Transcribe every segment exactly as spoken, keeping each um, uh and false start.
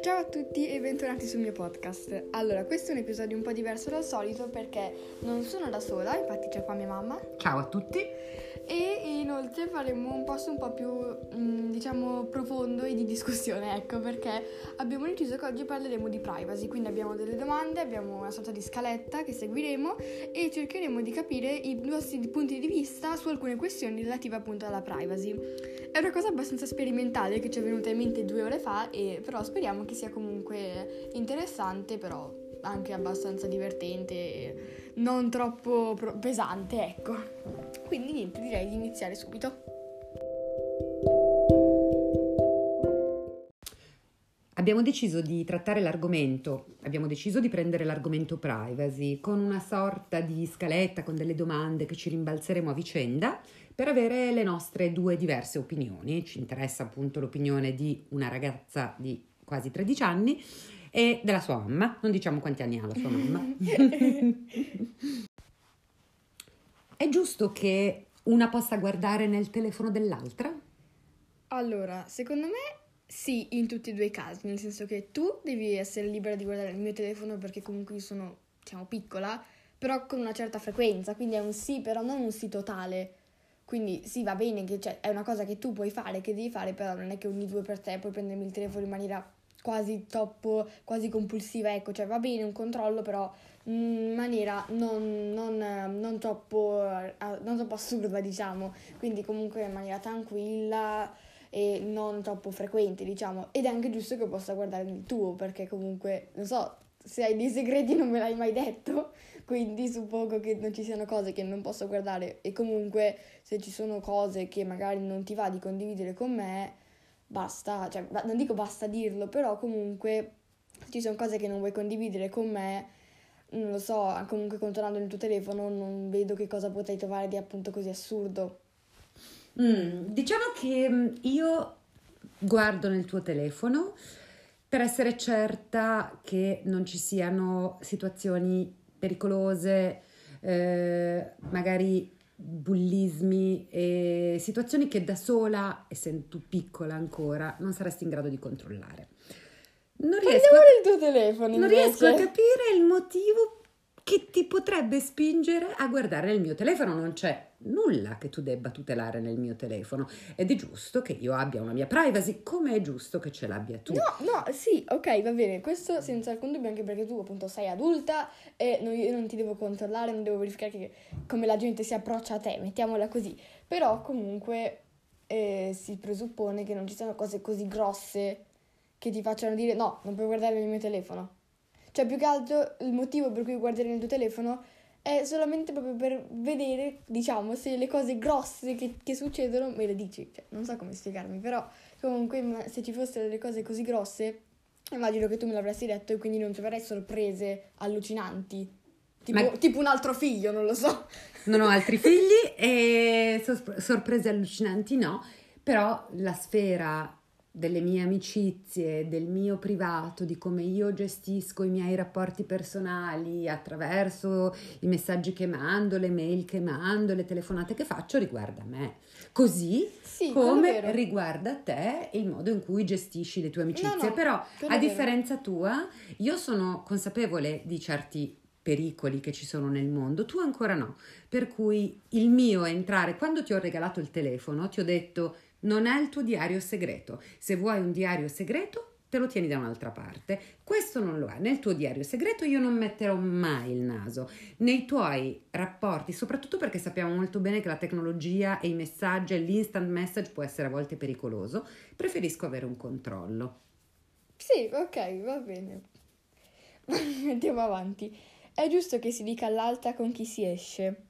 Ciao a tutti e bentornati sul mio podcast. Allora, questo è un episodio un po' diverso dal solito perché non sono da sola, infatti c'è qua mia mamma. Ciao a tutti. E inoltre faremo un post un po' più, mh, diciamo, profondo e di discussione, ecco, perché abbiamo deciso che oggi parleremo di privacy, quindi abbiamo delle domande, abbiamo una sorta di scaletta che seguiremo e cercheremo di capire i nostri punti di vista su alcune questioni relative appunto alla privacy. È una cosa abbastanza sperimentale che ci è venuta in mente due ore fa, e però speriamo che sia comunque interessante, però anche abbastanza divertente e non troppo pro- pesante, ecco. Quindi niente, direi di iniziare subito. Abbiamo deciso di trattare l'argomento, abbiamo deciso di prendere l'argomento privacy con una sorta di scaletta, con delle domande che ci rimbalzeremo a vicenda per avere le nostre due diverse opinioni. Ci interessa appunto l'opinione di una ragazza di quasi tredici anni e della sua mamma. Non diciamo quanti anni ha la sua mamma. È giusto che una possa guardare nel telefono dell'altra? Allora, secondo me sì, in tutti e due i casi, nel senso che tu devi essere libera di guardare il mio telefono perché comunque io sono, diciamo, piccola, però con una certa frequenza, quindi è un sì, però non un sì totale. Quindi sì, va bene che cioè, è una cosa che tu puoi fare, che devi fare, però non è che ogni due per tre puoi prendermi il telefono in maniera quasi troppo, quasi compulsiva, ecco, cioè va bene un controllo, però in maniera non, non, non, troppo, non troppo assurda, diciamo, quindi comunque in maniera tranquilla e non troppo frequente, diciamo, ed è anche giusto che possa guardare il tuo, perché comunque, non so, se hai dei segreti non me l'hai mai detto, quindi suppongo che non ci siano cose che non posso guardare, e comunque se ci sono cose che magari non ti va di condividere con me, basta, cioè non dico basta dirlo, però comunque se ci sono cose che non vuoi condividere con me, non lo so, comunque controllando il tuo telefono non vedo che cosa potrei trovare di appunto così assurdo. Mm, diciamo che io guardo nel tuo telefono per essere certa che non ci siano situazioni pericolose, eh, magari bullismi e situazioni che da sola, essendo tu piccola ancora, non saresti in grado di controllare. Non riesco, Parliamo del tuo telefono, non invece. riesco a capire il motivo che ti potrebbe spingere a guardare nel mio telefono. Non c'è nulla che tu debba tutelare nel mio telefono ed è giusto che io abbia una mia privacy, come è giusto che ce l'abbia tu. No, no, sì, ok, va bene, questo senza alcun dubbio, anche perché tu appunto sei adulta e non, io non ti devo controllare, non devo verificare che, come la gente si approccia a te, mettiamola così, però comunque eh, si presuppone che non ci siano cose così grosse che ti facciano dire no, non puoi guardare nel mio telefono. Cioè, più che altro il motivo per cui guardare nel tuo telefono è solamente proprio per vedere, diciamo, se le cose grosse che, che succedono me le dici. Cioè, non so come spiegarmi, però comunque se ci fossero delle cose così grosse, immagino che tu me l'avresti detto e quindi non troverei sorprese allucinanti. Tipo, Ma... tipo un altro figlio, non lo so. Non ho altri figli e sor- sorprese allucinanti no, però la sfera delle mie amicizie, del mio privato, di come io gestisco i miei rapporti personali attraverso i messaggi che mando, le mail che mando, le telefonate che faccio, riguarda me. Così sì, come riguarda te il modo in cui gestisci le tue amicizie. No, no, però a differenza tua, io sono consapevole di certi pericoli che ci sono nel mondo, tu ancora no, per cui il mio è entrare. Quando ti ho regalato il telefono ti ho detto: non è il tuo diario segreto, se vuoi un diario segreto te lo tieni da un'altra parte, questo non lo è. Nel tuo diario segreto io non metterò mai il naso, nei tuoi rapporti, soprattutto perché sappiamo molto bene che la tecnologia e i messaggi e l'instant message può essere a volte pericoloso, preferisco avere un controllo. Sì, ok, va bene. Andiamo avanti. È giusto che si dica all'alta con chi si esce?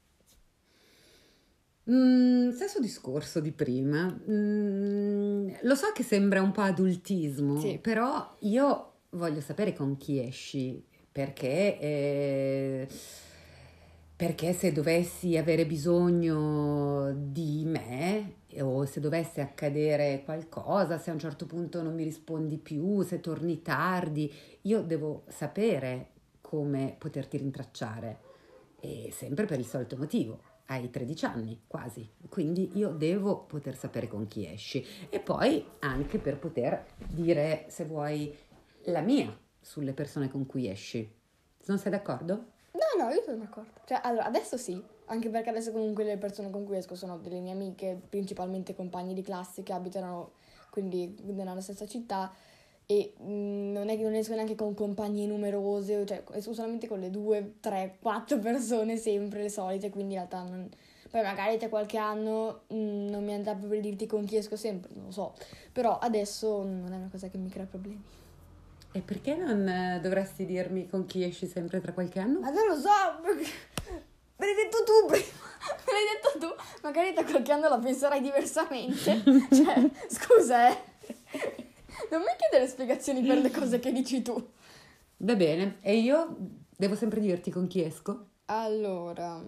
Mm, stesso discorso di prima. Mm, lo so che sembra un po' adultismo, sì. Però io voglio sapere con chi esci, perché, eh, perché se dovessi avere bisogno di me o se dovesse accadere qualcosa, se a un certo punto non mi rispondi più, se torni tardi, io devo sapere come poterti rintracciare, e sempre per il solito motivo. hai tredici anni, quasi, quindi io devo poter sapere con chi esci e poi anche per poter dire, se vuoi, la mia sulle persone con cui esci. Non sei d'accordo? No, no, io sono d'accordo. Cioè, allora, adesso sì, anche perché adesso comunque le persone con cui esco sono delle mie amiche, principalmente compagni di classe che abitano quindi nella stessa città e mh, non è che non esco neanche con compagnie numerose, cioè esco solamente con le due, tre, quattro persone sempre le solite, quindi in realtà non... Poi magari tra qualche anno mh, non mi andrà per dirti con chi esco sempre, non lo so, però adesso non è una cosa che mi crea problemi. E perché non eh, dovresti dirmi con chi esci sempre tra qualche anno? Ma non lo so, perché... me l'hai detto tu prima, me l'hai detto tu, magari tra qualche anno la penserai diversamente, cioè, scusa eh, non mi chiedere spiegazioni per le cose che dici tu. Va bene, e io devo sempre dirti con chi esco? Allora,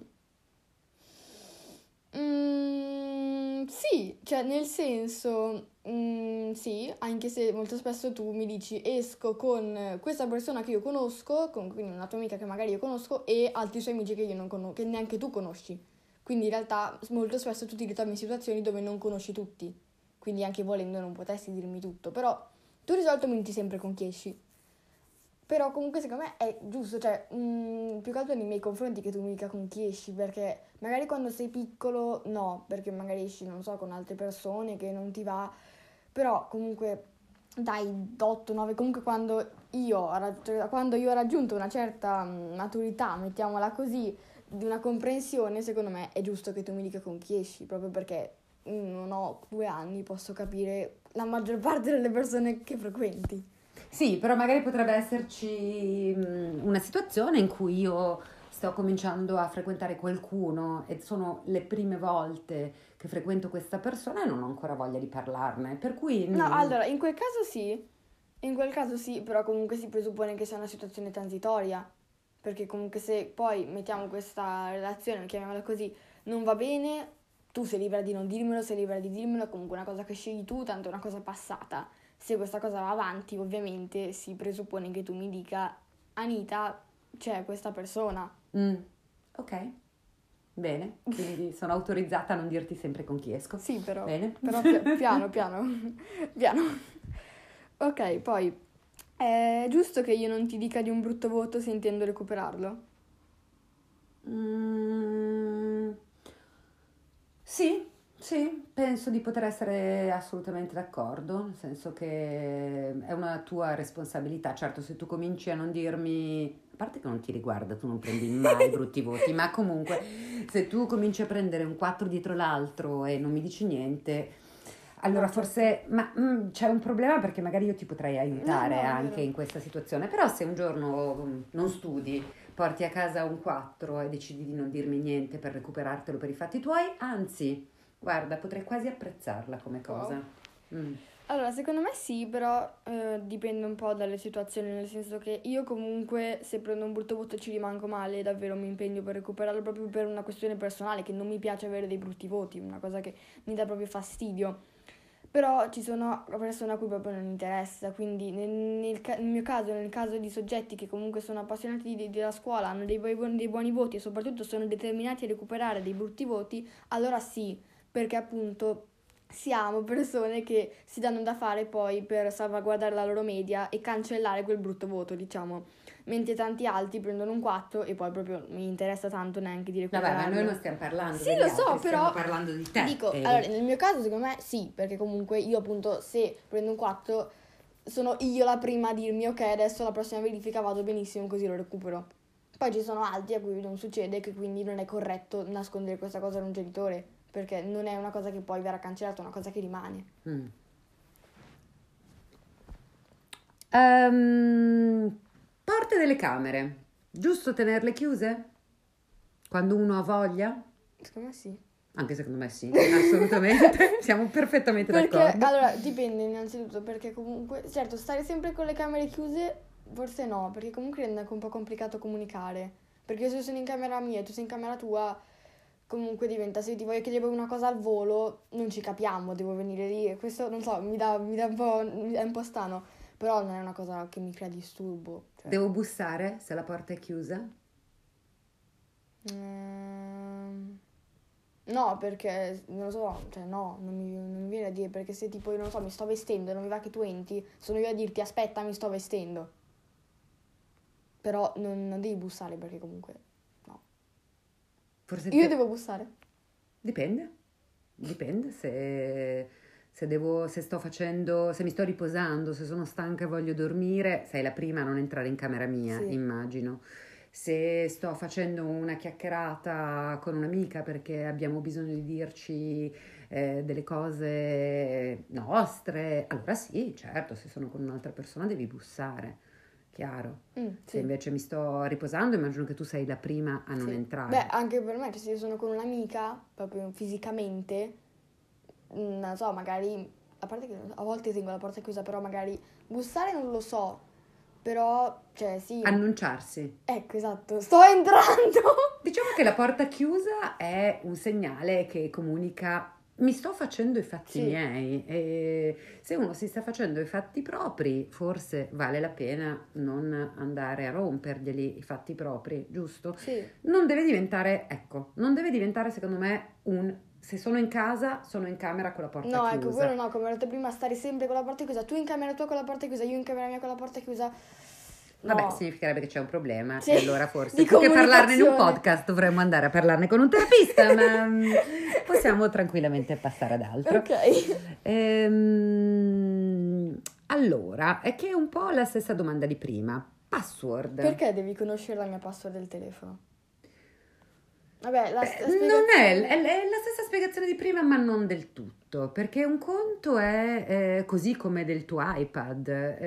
mm, sì, cioè nel senso, mm, sì, anche se molto spesso tu mi dici esco con questa persona che io conosco, con quindi una tua amica che magari io conosco e altri suoi amici che io non conosco, che neanche tu conosci. Quindi in realtà molto spesso tu ti ritrovi in situazioni dove non conosci tutti, quindi anche volendo non potresti dirmi tutto, però tu di solito mi dici sempre con chi esci. Però comunque secondo me è giusto, cioè mh, più che altro nei miei confronti che tu mi dica con chi esci, perché magari quando sei piccolo no, perché magari esci, non so, con altre persone che non ti va, però comunque dai otto nove, comunque quando io, ho raggi- quando io ho raggiunto una certa mh, maturità, mettiamola così, di una comprensione, secondo me è giusto che tu mi dica con chi esci, proprio perché mh, non ho due anni, posso capire la maggior parte delle persone che frequenti. Sì, però magari potrebbe esserci mh, una situazione in cui io sto cominciando a frequentare qualcuno e sono le prime volte che frequento questa persona e non ho ancora voglia di parlarne, per cui No, mh, allora, in quel caso sì, in quel caso sì, però comunque si presuppone che sia una situazione transitoria, perché comunque se poi mettiamo questa relazione, chiamiamola così, non va bene, tu sei libera di non dirmelo, sei libera di dirmelo, è comunque una cosa che scegli tu, tanto è una cosa passata. Se questa cosa va avanti, ovviamente si presuppone che tu mi dica, Anita, c'è questa persona. mm, ok, bene, quindi sono autorizzata a non dirti sempre con chi esco. Sì, però, Bene. però pi- piano, piano, piano. Ok, poi, è giusto che io non ti dica di un brutto voto se intendo recuperarlo? Mm, sì, sì, penso di poter essere assolutamente d'accordo, nel senso che è una tua responsabilità. Certo, se tu cominci a non dirmi, a parte che non ti riguarda, tu non prendi mai brutti voti, ma comunque se tu cominci a prendere un quattro dietro l'altro e non mi dici niente, allora No, certo. forse, ma mm, c'è un problema perché magari io ti potrei aiutare No, no, è anche vero. in questa situazione, però se un giorno mm, non studi, porti a casa un quattro e decidi di non dirmi niente per recuperartelo per i fatti tuoi, anzi, guarda, potrei quasi apprezzarla come cosa. Wow. Mm. Allora, secondo me sì, però eh, dipende un po' dalle situazioni, nel senso che io comunque se prendo un brutto voto e ci rimango male, davvero mi impegno per recuperarlo proprio per una questione personale, che non mi piace avere dei brutti voti, una cosa che mi dà proprio fastidio. Però ci sono persone a cui proprio non interessa, quindi nel, nel ca- nel mio caso, nel caso di soggetti che comunque sono appassionati di- della scuola, hanno dei, buoni- dei buoni voti e soprattutto sono determinati a recuperare dei brutti voti, allora sì, perché appunto siamo persone che si danno da fare poi per salvaguardare la loro media e cancellare quel brutto voto, diciamo. Mentre tanti altri prendono un quattro e poi proprio mi interessa tanto neanche di Vabbè, ma recuperarlo. noi non stiamo parlando Sì, degli lo so, altri, stiamo però parlando di te. dico, e- allora, nel mio caso secondo me sì, perché comunque io appunto se prendo un quattro sono io la prima a dirmi ok, adesso la prossima verifica vado benissimo così lo recupero. Poi ci sono altri a cui non succede, che quindi non è corretto nascondere questa cosa da un genitore, perché non è una cosa che poi verrà cancellata, è una cosa che rimane. Mm. Ehm, porte delle camere, giusto tenerle chiuse? Quando uno ha voglia? Secondo me sì. Anche secondo me sì, assolutamente, siamo perfettamente Perché, d'accordo. allora, dipende innanzitutto, perché comunque, certo, stare sempre con le camere chiuse, forse no, perché comunque rende anche un po' complicato comunicare. Perché se io sono in camera mia e tu sei in camera tua, comunque diventa, se io ti voglio chiedere una cosa al volo, non ci capiamo, devo venire lì e questo, non so, mi dà, mi dà un po', è un po' strano, però non è una cosa che mi crea disturbo. Cioè. Devo bussare se la porta è chiusa? Mm, No, perché, non lo so, cioè no, non mi, non mi viene a dire, perché se tipo, non lo so, mi sto vestendo e non mi va che tu entri, sono io a dirti aspetta, mi sto vestendo. Però non, non devi bussare perché comunque, no. Forse Io te- devo bussare? Dipende, dipende se, se devo, se sto facendo, se mi sto riposando, se sono stanca e voglio dormire, sei la prima a non entrare in camera mia, Sì. immagino. Se sto facendo una chiacchierata con un'amica perché abbiamo bisogno di dirci eh, delle cose nostre, allora sì, certo, se sono con un'altra persona devi bussare, chiaro. Mm, Se sì. invece mi sto riposando, immagino che tu sei la prima a non Sì. entrare. Beh, anche per me, cioè se io sono con un'amica, proprio fisicamente, mm, non so, magari, a parte che a volte tengo la porta chiusa, però magari bussare non lo so, però, cioè sì, Annunciarsi. ecco, esatto, sto entrando! Diciamo che la porta chiusa è un segnale che comunica mi sto facendo i fatti Sì. miei e se uno si sta facendo i fatti propri, forse vale la pena non andare a romperglieli i fatti propri, giusto? Sì. Non deve diventare, ecco, non deve diventare secondo me un se sono in casa, sono in camera con la porta No, chiusa. ecco, quello no, come ho detto prima, stare sempre con la porta chiusa, tu in camera tua con la porta chiusa, io in camera mia con la porta chiusa. No. Vabbè, significherebbe che c'è un problema Sì, e allora forse di più che parlarne in un comunicazione. podcast dovremmo andare a parlarne con un terapista, ma mm, possiamo tranquillamente passare ad altro. Ok. Ehm, allora, è che è un po' la stessa domanda di prima. Password. Perché devi conoscere la mia password del telefono? Vabbè, la, Beh, la non spiegazione... è, è- è la stessa spiegazione di prima, ma non del tutto, perché un conto è eh, così come del tuo iPad.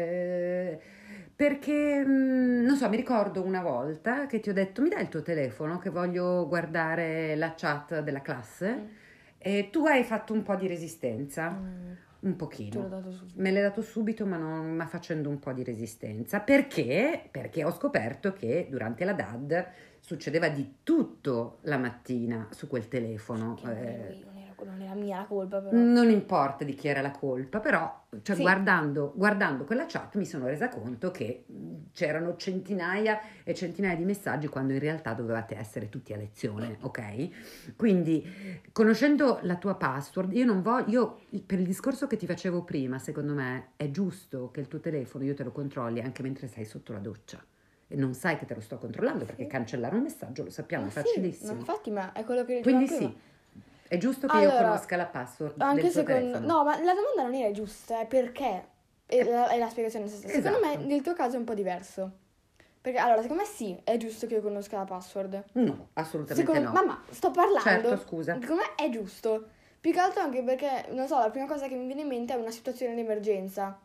eh, perché, mm, non so, mi ricordo una volta che ti ho detto mi dai il tuo telefono che voglio guardare la chat della classe Mm. e tu hai fatto un po' di resistenza, Mm, un te l'ho pochino. dato subito. Me l'hai dato subito, ma, non, ma facendo un po' di resistenza. Perché? Perché ho scoperto che durante la D A D succedeva di tutto la mattina su quel telefono. Che non, eh, ero io, non, era, non era mia la colpa, però. non importa di chi era la colpa, però cioè, Sì. guardando, guardando quella chat mi sono resa conto che mh, c'erano centinaia e centinaia di messaggi quando in realtà dovevate essere tutti a lezione, ok? Quindi, conoscendo la tua password, io non voglio, io, per il discorso che ti facevo prima, secondo me è giusto che il tuo telefono io te lo controlli anche mentre sei sotto la doccia. E non sai che te lo sto controllando perché Sì. cancellare un messaggio lo sappiamo, Ma è sì, facilissimo. ma infatti, ma è quello che Quindi dicevamo sì, prima. è giusto che io Allora, conosca la password Anche del tuo secondo... telefono. No, ma la domanda non era giusta, è perché. È la, è la spiegazione stessa. Secondo Esatto. me nel tuo caso è un po' diverso. Perché allora, secondo me sì, è giusto che io conosca la password. No, assolutamente Secondo... no. Mamma, sto parlando. Certo, scusa. Secondo me è giusto. Più che altro anche perché, non so, la prima cosa che mi viene in mente è una situazione di emergenza.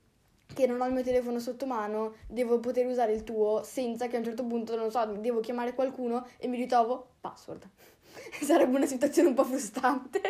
Che non ho il mio telefono sotto mano, devo poter usare il tuo senza che a un certo punto, non so, devo chiamare qualcuno e mi ritrovo password. Sarebbe una situazione un po' frustrante.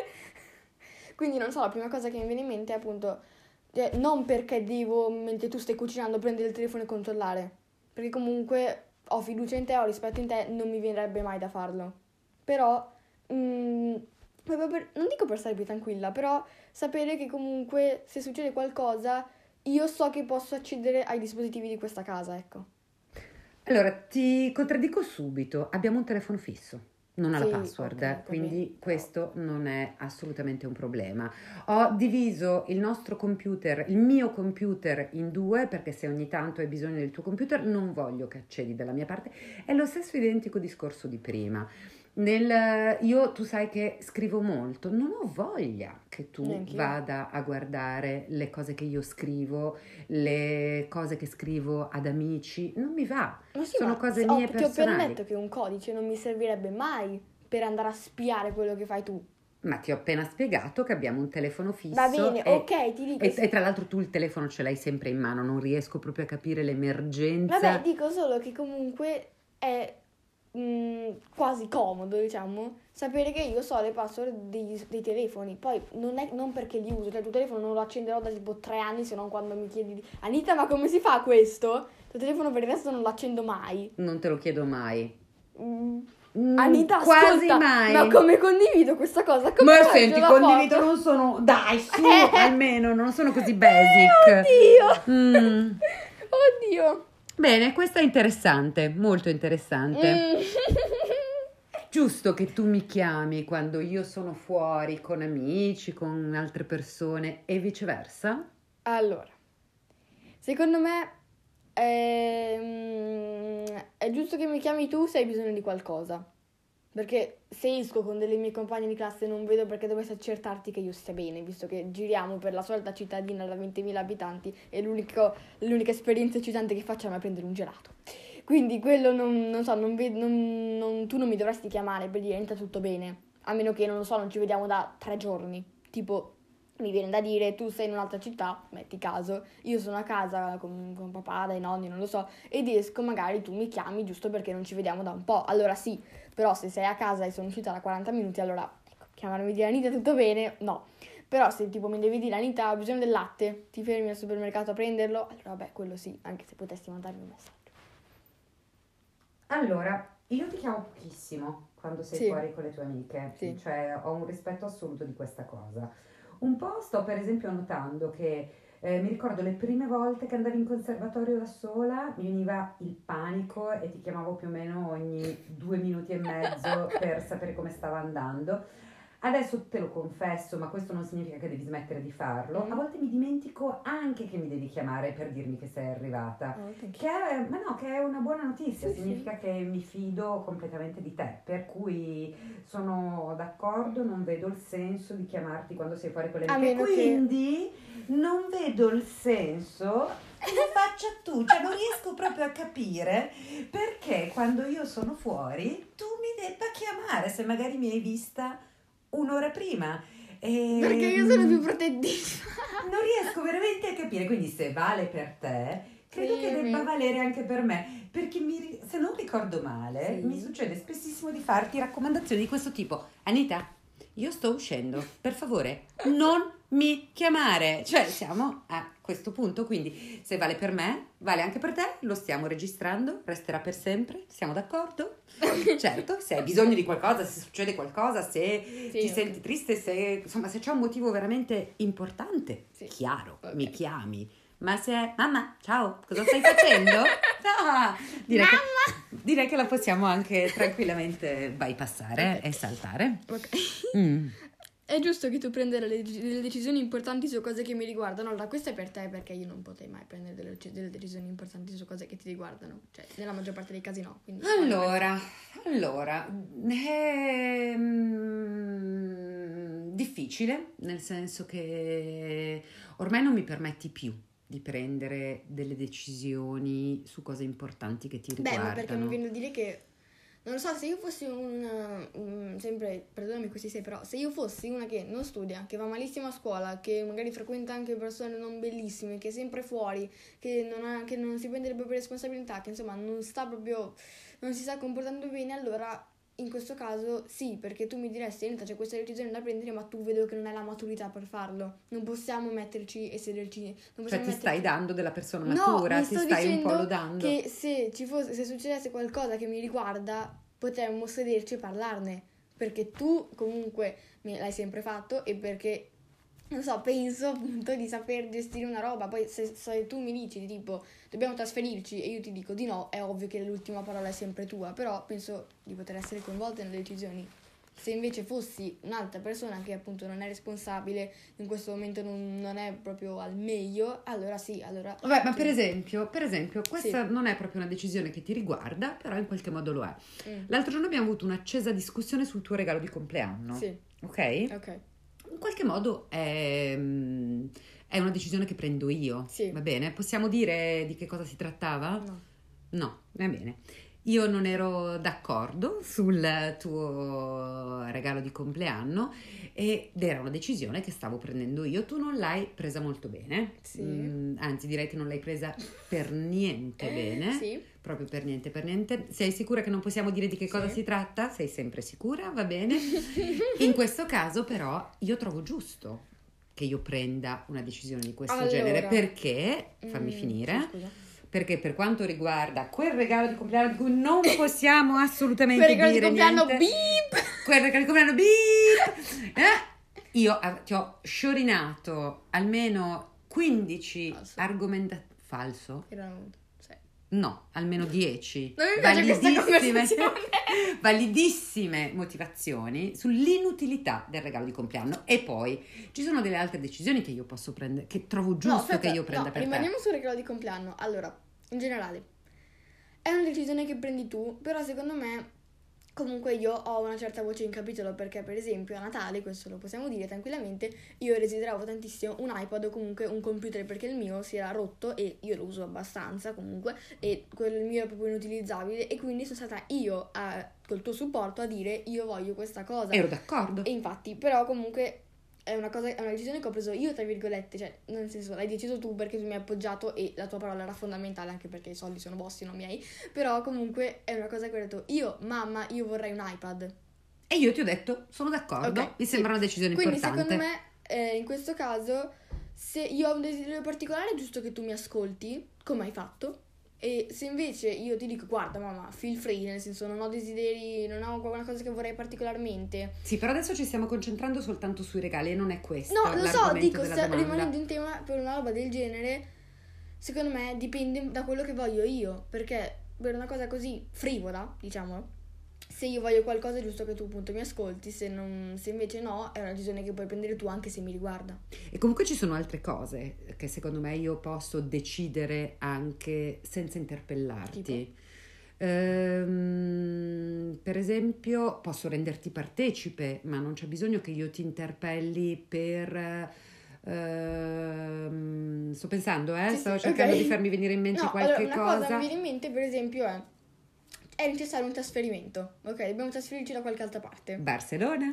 Quindi non so, la prima cosa che mi viene in mente è appunto, eh, non perché devo, mentre tu stai cucinando, prendere il telefono e controllare. Perché comunque ho fiducia in te, ho rispetto in te, non mi verrebbe mai da farlo. Però, mm, proprio per- non dico per stare più tranquilla, però sapere che comunque se succede qualcosa, io so che posso accedere ai dispositivi di questa casa, ecco. Allora, ti contraddico subito. Abbiamo un telefono fisso, non ha la Sì, password, ok, quindi capito. questo non è assolutamente un problema. Ho diviso il nostro computer, il mio computer in due, perché se ogni tanto hai bisogno del tuo computer, non voglio che accedi dalla mia parte. È lo stesso identico discorso di prima. Nel, io tu sai che scrivo molto, non ho voglia che tu Neanch'io. vada a guardare le cose che io scrivo, le cose che scrivo ad amici, non mi va. Ma sì, Sono ma cose ho- mie ti ho appena personali. detto che un codice non mi servirebbe mai per andare a spiare quello che fai tu. Ma ti ho appena spiegato che abbiamo un telefono fisso. Va bene, e, ok, ti dico. e, e tra l'altro tu il telefono ce l'hai sempre in mano, non riesco proprio a capire l'emergenza. Vabbè, dico solo che comunque è mm, quasi comodo, diciamo, sapere che io so le password dei, dei telefoni. Poi non è non perché li uso, cioè il tuo telefono non lo accenderò da tipo tre anni, se non quando mi chiedi di- Anita, ma come si fa questo? Il tuo telefono per il resto non lo accendo mai. Non te lo chiedo mai. Mm. Mm, Anita, quasi ascolta, mai. ma come condivido questa cosa? Come Ma faccio senti, la condivido, foto? non sono. Dai, su, Eh. almeno, non sono così basic. Eh, oddio! Mm. Oddio! Bene, questa è interessante, molto interessante. Mm. giusto che tu mi chiami quando io sono fuori con amici, con altre persone e viceversa? Allora, secondo me ehm, è giusto che mi chiami tu se hai bisogno di qualcosa. Perché se esco con delle mie compagne di classe non vedo perché dovresti accertarti che io stia bene, visto che giriamo per la solita cittadina da ventimila abitanti e l'unico- l'unica esperienza eccitante che facciamo è prendere un gelato. Quindi quello non, non so, non ved- non- non- tu non mi dovresti chiamare per dire entra tutto bene, a meno che, non lo so, non ci vediamo da tre giorni. Tipo, mi viene da dire, tu sei in un'altra città, metti caso, io sono a casa con, con papà, dai nonni, non lo so, ed esco, magari tu mi chiami giusto perché non ci vediamo da un po'. Allora sì, però se sei a casa e sono uscita da quaranta minuti, allora, ecco, chiamarmi e dire Anita, tutto bene? No. Però se tipo mi devi dire Anita, ho bisogno del latte, ti fermi al supermercato a prenderlo, allora vabbè, quello sì, anche se potessi mandarmi un messaggio. Allora, io ti chiamo pochissimo quando sei Sì. fuori con le tue amiche, Sì. cioè ho un rispetto assoluto di questa cosa. Un po' sto per esempio notando che eh, mi ricordo le prime volte che andavi in conservatorio da sola, mi veniva il panico e ti chiamavo più o meno ogni due minuti e mezzo per sapere come stava andando. Adesso te lo confesso, ma questo non significa che devi smettere di farlo. Mm. A volte mi dimentico anche che mi devi chiamare per dirmi che sei arrivata. Oh, thank you. Che è, ma no, che è una buona notizia, Sì, significa che mi fido completamente di te, per cui sono d'accordo, non vedo il senso di chiamarti quando sei fuori con le A amiche, meno che- quindi non vedo il senso che lo faccia tu, cioè non riesco proprio a capire perché quando io sono fuori tu mi debba chiamare se magari mi hai vista un'ora prima. E... Perché io sono più protettiva. Non riesco veramente a capire, quindi se vale per te, credo Sì, che debba mi- valere anche per me, perché mi ri- se non ricordo male, Sì. mi succede spessissimo di farti raccomandazioni di questo tipo. Anita, io sto uscendo, per favore, non mi chiamare. Cioè, siamo a questo punto, quindi se vale per me, vale anche per te, lo stiamo registrando, resterà per sempre, siamo d'accordo? Certo, se hai bisogno di qualcosa, se succede qualcosa, se Sì, ti ok. senti triste, se insomma se c'è un motivo veramente importante, Sì. chiaro, Ok. mi chiami. Ma se mamma, ciao, cosa stai facendo? No, direi che, direi che la possiamo anche tranquillamente bypassare Ok. e saltare. Ok. Mm. È giusto che tu prenda delle, delle decisioni importanti su cose che mi riguardano. Allora, questo è per te perché io non potrei mai prendere delle, delle decisioni importanti su cose che ti riguardano. Cioè, nella maggior parte dei casi no. Quindi, Allora, allora, è mm, difficile, nel senso che ormai non mi permetti più di prendere delle decisioni su cose importanti che ti Beh, riguardano. ma perché mi viene da dire che, non lo so, se io fossi un, un- sempre, perdonami questi sei, però se io fossi una che non studia, che va malissimo a scuola, che magari frequenta anche persone non bellissime, che è sempre fuori, che non, ha, che non si prende le proprie responsabilità, che insomma non sta proprio, non si sta comportando bene, allora in questo caso sì, perché tu mi diresti, Anita, c'è questa decisione da prendere, ma tu vedo che non hai la maturità per farlo. Non possiamo metterci e sederci, non Cioè possiamo ti stai metterci- dando della persona No, matura, mi ti sto stai un po' dicendo lodando. che se ci fosse, se succedesse qualcosa che mi riguarda, potremmo sederci e parlarne. Perché tu comunque me l'hai sempre fatto e perché, non so, penso appunto di saper gestire una roba. Poi se, se tu mi dici tipo dobbiamo trasferirci e io ti dico di no, è ovvio che l'ultima parola è sempre tua. Però penso di poter essere coinvolta nelle decisioni. Se invece fossi un'altra persona che appunto non è responsabile, in questo momento non, non è proprio al meglio, allora sì, allora... Vabbè, ma sì. per esempio, per esempio, questa Sì. non è proprio una decisione che ti riguarda, però in qualche modo lo è. Mm. L'altro giorno abbiamo avuto un'accesa discussione sul tuo regalo di compleanno. Sì, Ok? ok. In qualche modo è, mm, è una decisione che prendo io. Sì. Va bene? Possiamo dire di che cosa si trattava? No. No, va bene. Io non ero d'accordo sul tuo regalo di compleanno ed era una decisione che stavo prendendo io. Tu non l'hai presa molto bene. Sì. Mm, anzi, direi che non l'hai presa per niente bene. Sì. Proprio per niente, per niente. Sei sicura che non possiamo dire di che cosa Sì. si tratta? Sei sempre sicura? Va bene. In questo caso, però, io trovo giusto che io prenda una decisione di questo Allora. genere perché, fammi Mm, finire, sì, scusa. perché per quanto riguarda quel regalo di compleanno di cui non possiamo assolutamente Quel regalo di dire compleanno, niente, beep! quel regalo di compleanno beep, eh, io ah, ti ho sciorinato almeno quindici Falso. argomentazioni falso. Erano... Sì. No, almeno dieci. Non mi piace questa conversazione. Validissime motivazioni sull'inutilità del regalo di compleanno. E poi ci sono delle altre decisioni che io posso prendere, che trovo giusto no, aspetta, che io prenda no, per rimaniamo te. sul regalo di compleanno. Allora, in generale, è una decisione che prendi tu, però secondo me comunque io ho una certa voce in capitolo, perché per esempio a Natale, questo lo possiamo dire tranquillamente, io desideravo tantissimo un iPad o comunque un computer, perché il mio si era rotto e io lo uso abbastanza comunque e quello mio è proprio inutilizzabile, e quindi sono stata io a, col tuo supporto a dire io voglio questa cosa. Ero d'accordo. E infatti, però comunque è una cosa, è una decisione che ho preso io, tra virgolette, cioè nel senso l'hai deciso tu perché tu mi hai appoggiato e la tua parola era fondamentale, anche perché i soldi sono vostri, non miei, però comunque è una cosa che ho detto io, mamma, io vorrei un iPad. E io ti ho detto, sono d'accordo, Ok, mi sì. sembra una decisione Quindi importante. secondo me eh, in questo caso, se io ho un desiderio particolare è giusto che tu mi ascolti, come hai fatto. E se invece io ti dico guarda mamma, feel free, nel senso non ho desideri, non ho una cosa che vorrei particolarmente. Sì, però adesso ci stiamo concentrando soltanto sui regali e non è questo No, lo so, l'argomento dico, della se domanda. rimanendo in tema per una roba del genere, secondo me dipende da quello che voglio io, perché per una cosa così frivola, diciamo, se io voglio qualcosa è giusto che tu appunto mi ascolti, se, non, se invece no è una decisione che puoi prendere tu anche se mi riguarda. E comunque ci sono altre cose che secondo me io posso decidere anche senza interpellarti. Tipo? Ehm, per esempio posso renderti partecipe, ma non c'è bisogno che io ti interpelli per... ehm, sto pensando, eh? Sì, Stavo sì, cercando ok. di farmi venire in mente No, qualche allora, una cosa. cosa mi viene in mente per esempio è è necessario un trasferimento, ok? Dobbiamo trasferirci da qualche altra parte. Barcellona?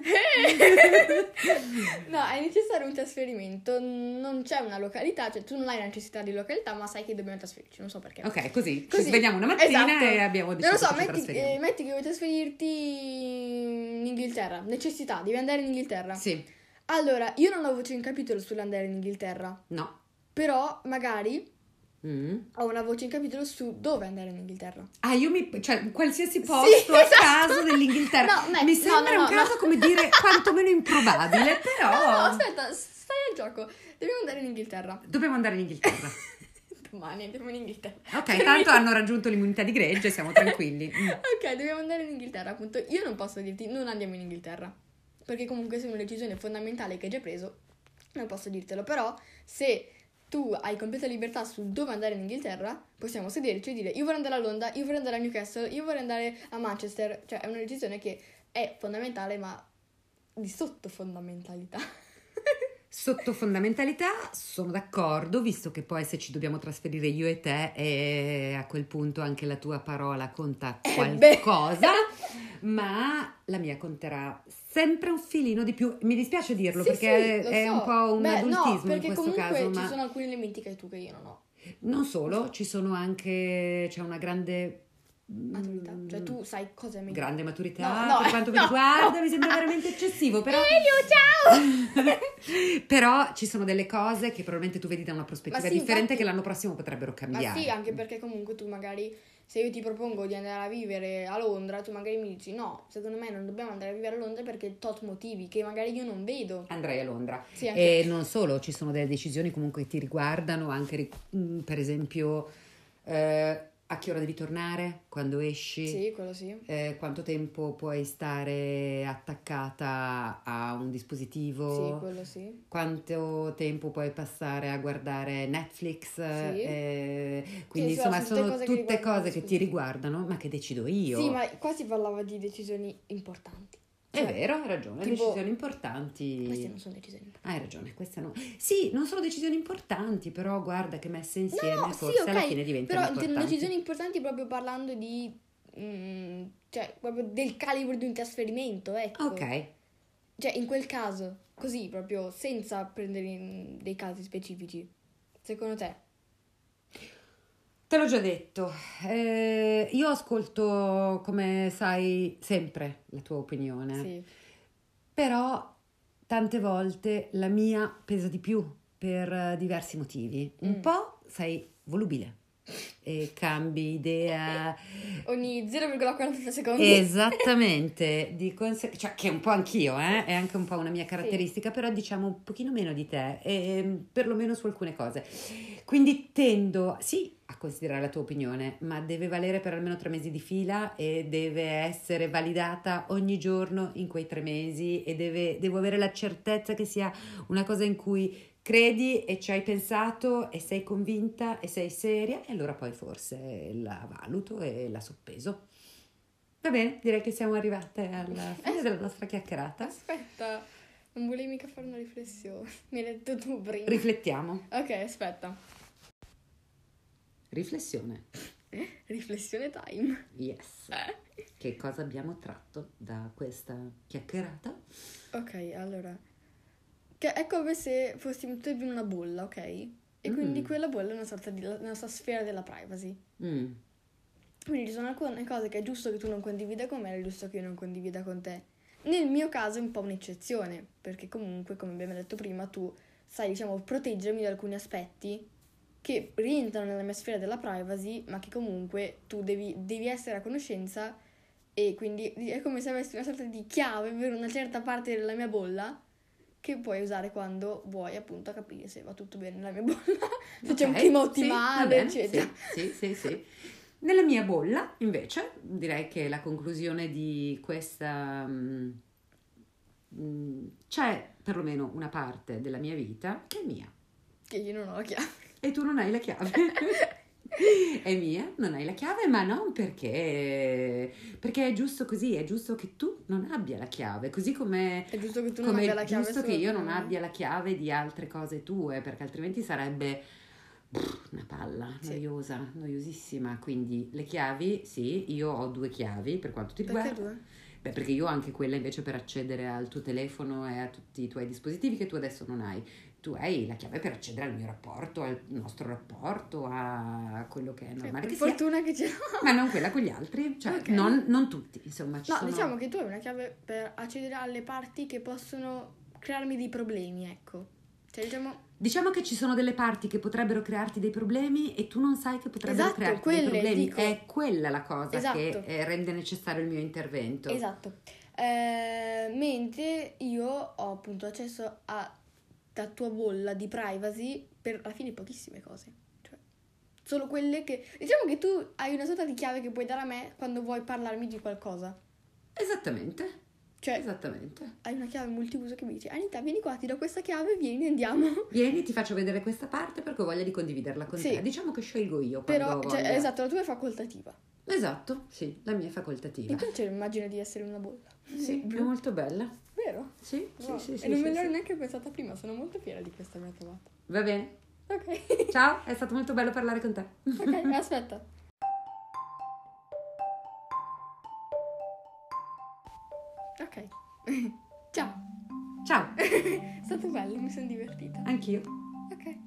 No, è necessario un trasferimento, non c'è una località, cioè tu non hai la necessità di località, ma sai che dobbiamo trasferirci, non so perché. Ok, così, Così. ci svegliamo una mattina Esatto. e abbiamo deciso Non lo so, che ci metti, trasferiamo. eh, metti che vuoi trasferirti in Inghilterra, necessità, devi andare in Inghilterra. Sì, Allora, io non ho voce in capitolo sull'andare in Inghilterra, no. però magari Mm. ho una voce in capitolo su dove andare in Inghilterra. Ah, io mi... cioè, qualsiasi Sì, posto a esatto. caso dell'Inghilterra. No, Matt, mi no, sembra no, un no, caso, no. come dire, quantomeno improbabile, però... No, no, aspetta, stai al gioco. Dobbiamo andare in Inghilterra. Dobbiamo andare in Inghilterra. Domani andiamo in Inghilterra. Ok, tanto hanno raggiunto l'immunità di gregge, siamo tranquilli. Mm. Ok, dobbiamo andare in Inghilterra, appunto. Io non posso dirti non andiamo in Inghilterra, perché comunque se è una decisione fondamentale che hai già preso, non posso dirtelo. Però se tu hai completa libertà su dove andare in Inghilterra, possiamo sederci e dire io vorrei andare a Londra, io vorrei andare a Newcastle, io vorrei andare a Manchester. Cioè è una decisione che è fondamentale, ma di sottofondamentalità. Sotto fondamentalità sono d'accordo, visto che poi se ci dobbiamo trasferire io e te, e a quel punto anche la tua parola conta Eh, qualcosa, beh. ma la mia conterà sempre un filino di più. Mi dispiace dirlo Sì, perché sì, lo è so. un po' un Beh, adultismo no, in perché questo comunque caso, ci ma sono alcuni elementi che hai tu che io non ho. non solo, ci sono anche, c'è una grande Maturità, cioè tu sai cosa è meglio. grande maturità No, no, per quanto mi no, riguarda, no. mi sembra veramente eccessivo, però Elio, ciao! però ci sono delle cose che probabilmente tu vedi da una prospettiva Ma sì, differente infatti. che l'anno prossimo potrebbero Ma cambiare. sì, anche perché comunque tu magari, se io ti propongo di andare a vivere a Londra, tu magari mi dici no, secondo me non dobbiamo andare a vivere a Londra perché tot motivi che magari io non vedo. Andrei a Londra. Sì, anche E non solo, ci sono delle decisioni comunque che ti riguardano, anche ri- mh, per esempio eh, a che ora devi tornare, quando esci, Sì, quello sì. eh, quanto tempo puoi stare attaccata a un dispositivo, Sì, quello sì. quanto tempo puoi passare a guardare Netflix, eh, quindi Sì, insomma sono tutte sono cose che tutte riguardano cose il che ti dispositivo. riguardano, ma che decido io. Sì, ma qua si parlava di decisioni importanti. È Cioè, vero, hai ragione, tipo, decisioni importanti. queste non sono decisioni importanti. Hai ragione, queste no. Sì, non sono decisioni importanti, però guarda che messe insieme No, no, forse sì, alla ok, fine diventano però importanti. intendo decisioni importanti proprio parlando di, mm, cioè, proprio del calibro di un trasferimento, ecco. Ok, Cioè, in quel caso, così proprio, senza prendere in dei casi specifici, secondo te? te l'ho già detto. Eh, io ascolto, come sai, sempre la tua opinione, Sì. però tante volte la mia pesa di più per eh, diversi motivi. Un Mm. po' sei volubile e cambi idea. Ogni zero virgola quaranta secondi. Esattamente, di conse- cioè, che è un po' anch'io, eh? È anche un po' una mia caratteristica, però diciamo un pochino meno di te, e, perlomeno su alcune cose. Quindi tendo, sì, a a considerare la tua opinione, ma deve valere per almeno tre mesi di fila e deve essere validata ogni giorno in quei tre mesi e deve, devo avere la certezza che sia una cosa in cui credi e ci hai pensato e sei convinta e sei seria, e allora poi forse la valuto e la soppeso. Va bene, direi che siamo arrivate alla fine Eh, della nostra chiacchierata. Aspetta, non volevi mica fare una riflessione. Mi hai detto tu prima. Riflettiamo. Ok, aspetta. Riflessione. Riflessione time. Yes. Che cosa abbiamo tratto da questa chiacchierata? Ok, allora. Che è come se fossimo tutti in una bolla, ok? E quindi Mm. quella bolla è una sorta di la nostra sfera della privacy. Mm. Quindi ci sono alcune cose che è giusto che tu non condivida con me, è giusto che io non condivida con te. Nel mio caso è un po' un'eccezione, perché comunque, come abbiamo detto prima, tu sai, diciamo, proteggermi da alcuni aspetti che rientrano nella mia sfera della privacy, ma che comunque tu devi, devi essere a conoscenza, e quindi è come se avessi una sorta di chiave per una certa parte della mia bolla che puoi usare quando vuoi appunto capire se va tutto bene nella mia bolla, se c'è un Ok, clima sì, ottimale, va bene, eccetera. Sì, sì, sì, sì. Nella mia bolla, invece, direi che la conclusione di questa... mm, mm, c'è perlomeno una parte della mia vita che è mia. Che io non ho la chiave. E tu non hai la chiave. È mia, non hai la chiave, ma non perché, perché è giusto così, è giusto che tu non abbia la chiave, così come, È giusto che tu non come abbia la è chiave giusto che solo io per non me. abbia la chiave di altre cose tue, perché altrimenti sarebbe pff, una palla Sì. noiosa, noiosissima. Quindi le chiavi, sì, io ho due chiavi per quanto ti Perché riguarda. due? Beh, perché io ho anche quella invece per accedere al tuo telefono e a tutti i tuoi dispositivi che tu adesso non hai. Tu hai la chiave per accedere al mio rapporto, al nostro rapporto, a quello che è normale Per che sia, fortuna che ce l'ho. ma non quella con gli altri, cioè Ok. non, non tutti, insomma. Ci No, sono... diciamo che tu hai una chiave per accedere alle parti che possono crearmi dei problemi, ecco. Cioè, diciamo... Diciamo che ci sono delle parti che potrebbero crearti dei problemi e tu non sai che potrebbero Esatto, crearti quelle, dei problemi. dico. È quella la cosa Esatto. che eh, rende necessario il mio intervento. Esatto. Eh, mentre io ho appunto accesso alla tua bolla di privacy per alla fine pochissime cose. Cioè, solo quelle che... Diciamo che tu hai una sorta di chiave che puoi dare a me quando vuoi parlarmi di qualcosa. Esattamente, Cioè, esattamente. hai una chiave multiuso che mi dici: Anita, vieni qua, ti do questa chiave, vieni, andiamo. Vieni, ti faccio vedere questa parte perché ho voglia di condividerla con Sì. te. Diciamo che scelgo io quando Però, ho cioè, voglia. esatto, la tua è facoltativa. Esatto, sì, la mia è facoltativa. Mi piace l'immagine di essere in una bolla. Sì, è Blu. molto bella. Vero? Sì, sì, Wow. sì, sì, E non sì, me sì. l'ero neanche pensata prima, sono molto fiera di questa mia trovata. Va bene. Ok. Ciao, è stato molto bello parlare con te. Ok, aspetta. Ok. Ciao. Ciao, È stato bello, mi sono divertita. anch'io. Ok.